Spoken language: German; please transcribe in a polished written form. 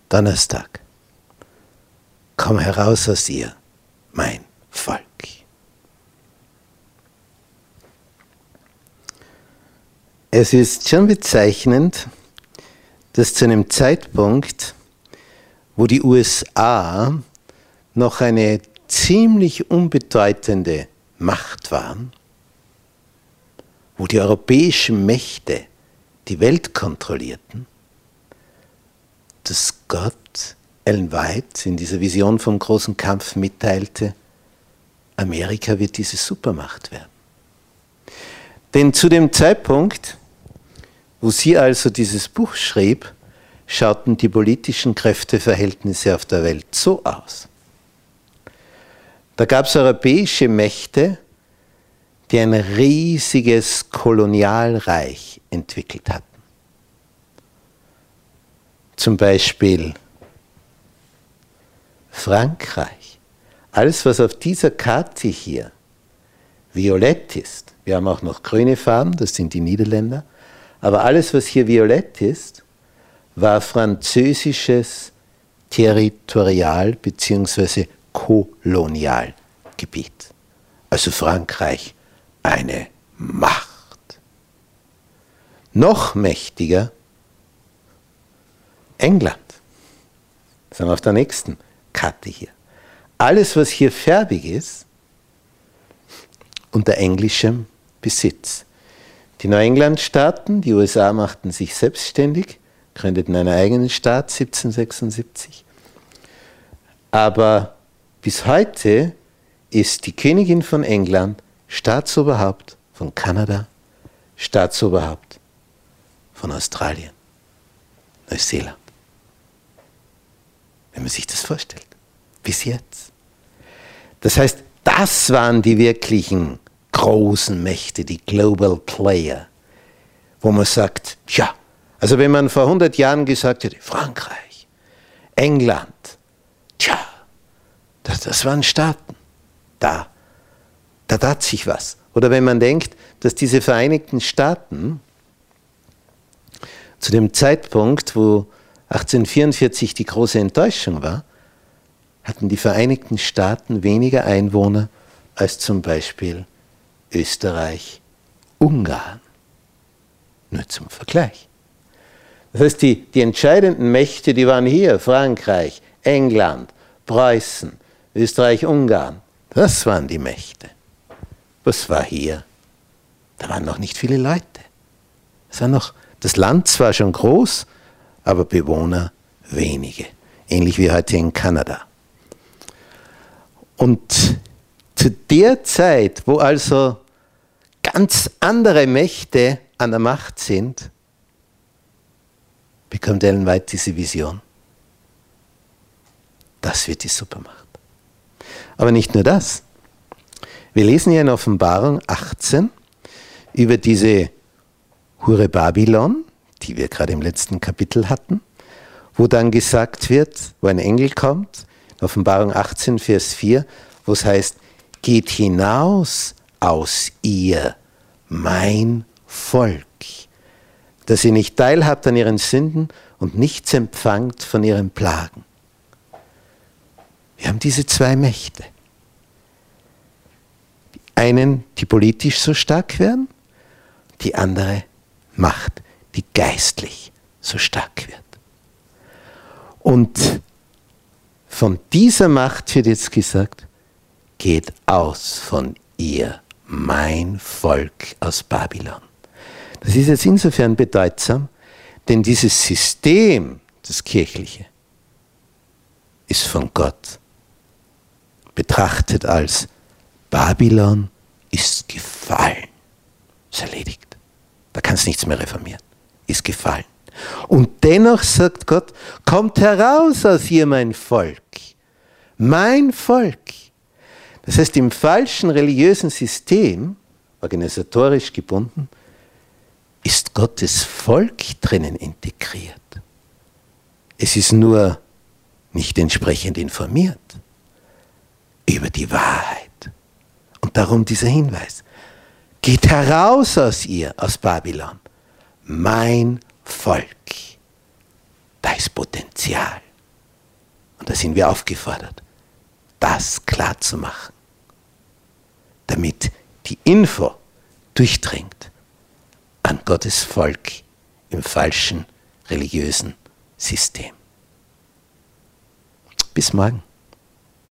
Donnerstag. Komm heraus aus ihr, mein Volk. Es ist schon bezeichnend, dass zu einem Zeitpunkt, wo die USA noch eine ziemlich unbedeutende Macht waren, wo die europäischen Mächte die Welt kontrollierten, dass Gott Ellen White in dieser Vision vom großen Kampf mitteilte, Amerika wird diese Supermacht werden. Denn zu dem Zeitpunkt, wo sie also dieses Buch schrieb, schauten die politischen Kräfteverhältnisse auf der Welt so aus. Da gab es europäische Mächte, die ein riesiges Kolonialreich entwickelt hatten. Zum Beispiel Frankreich. Alles, was auf dieser Karte hier violett ist, wir haben auch noch grüne Farben, das sind die Niederländer, aber alles, was hier violett ist, war französisches Territorial- bzw. Kolonialgebiet. Also Frankreich eine Macht. Noch mächtiger England. Das haben wir auf der nächsten Karte hier. Alles, was hier färbig ist, unter englischem Besitz. Die Neuenglandstaaten, die USA machten sich selbstständig, gründeten einen eigenen Staat 1776. Aber bis heute ist die Königin von England Staatsoberhaupt von Kanada, Staatsoberhaupt von Australien, Neuseeland. Wenn man sich das vorstellt. Bis jetzt. Das heißt, das waren die wirklichen großen Mächte, die Global Player, wo man sagt, ja, also wenn man vor 100 Jahren gesagt hätte, Frankreich, England, tja, das waren Staaten, da tat sich was. Oder wenn man denkt, dass diese Vereinigten Staaten zu dem Zeitpunkt, wo 1844 die große Enttäuschung war, hatten die Vereinigten Staaten weniger Einwohner als zum Beispiel Österreich, Ungarn. Nur zum Vergleich. Das heißt, die entscheidenden Mächte, die waren hier, Frankreich, England, Preußen, Österreich, Ungarn. Das waren die Mächte. Was war hier? Da waren noch nicht viele Leute. Das Land zwar schon groß, aber Bewohner wenige. Ähnlich wie heute in Kanada. Und zu der Zeit, wo also ganz andere Mächte an der Macht sind, bekommt Ellen White diese Vision. Das wird die Supermacht. Aber nicht nur das. Wir lesen hier in Offenbarung 18 über diese Hure Babylon, die wir gerade im letzten Kapitel hatten, wo dann gesagt wird, wo ein Engel kommt, in Offenbarung 18, Vers 4, wo es heißt, geht hinaus aus ihr, mein Volk, dass ihr nicht teilhabt an ihren Sünden und nichts empfangt von ihren Plagen. Wir haben diese zwei Mächte. Die einen, die politisch so stark werden, die andere Macht, die geistlich so stark wird. Und von dieser Macht wird jetzt gesagt, geht aus von ihr, mein Volk aus Babylon. Das ist jetzt insofern bedeutsam, denn dieses System, das Kirchliche, ist von Gott betrachtet als Babylon ist gefallen. Ist erledigt. Da kannst du nichts mehr reformieren. Ist gefallen. Und dennoch sagt Gott, kommt heraus aus ihr, mein Volk. Mein Volk. Das heißt, im falschen religiösen System, organisatorisch gebunden, ist Gottes Volk drinnen integriert. Es ist nur nicht entsprechend informiert über die Wahrheit. Und darum dieser Hinweis. Geht heraus aus ihr, aus Babylon. Mein Volk. Da ist Potenzial. Und da sind wir aufgefordert, das klar zu machen, damit die Info durchdringt an Gottes Volk im falschen religiösen System. Bis morgen.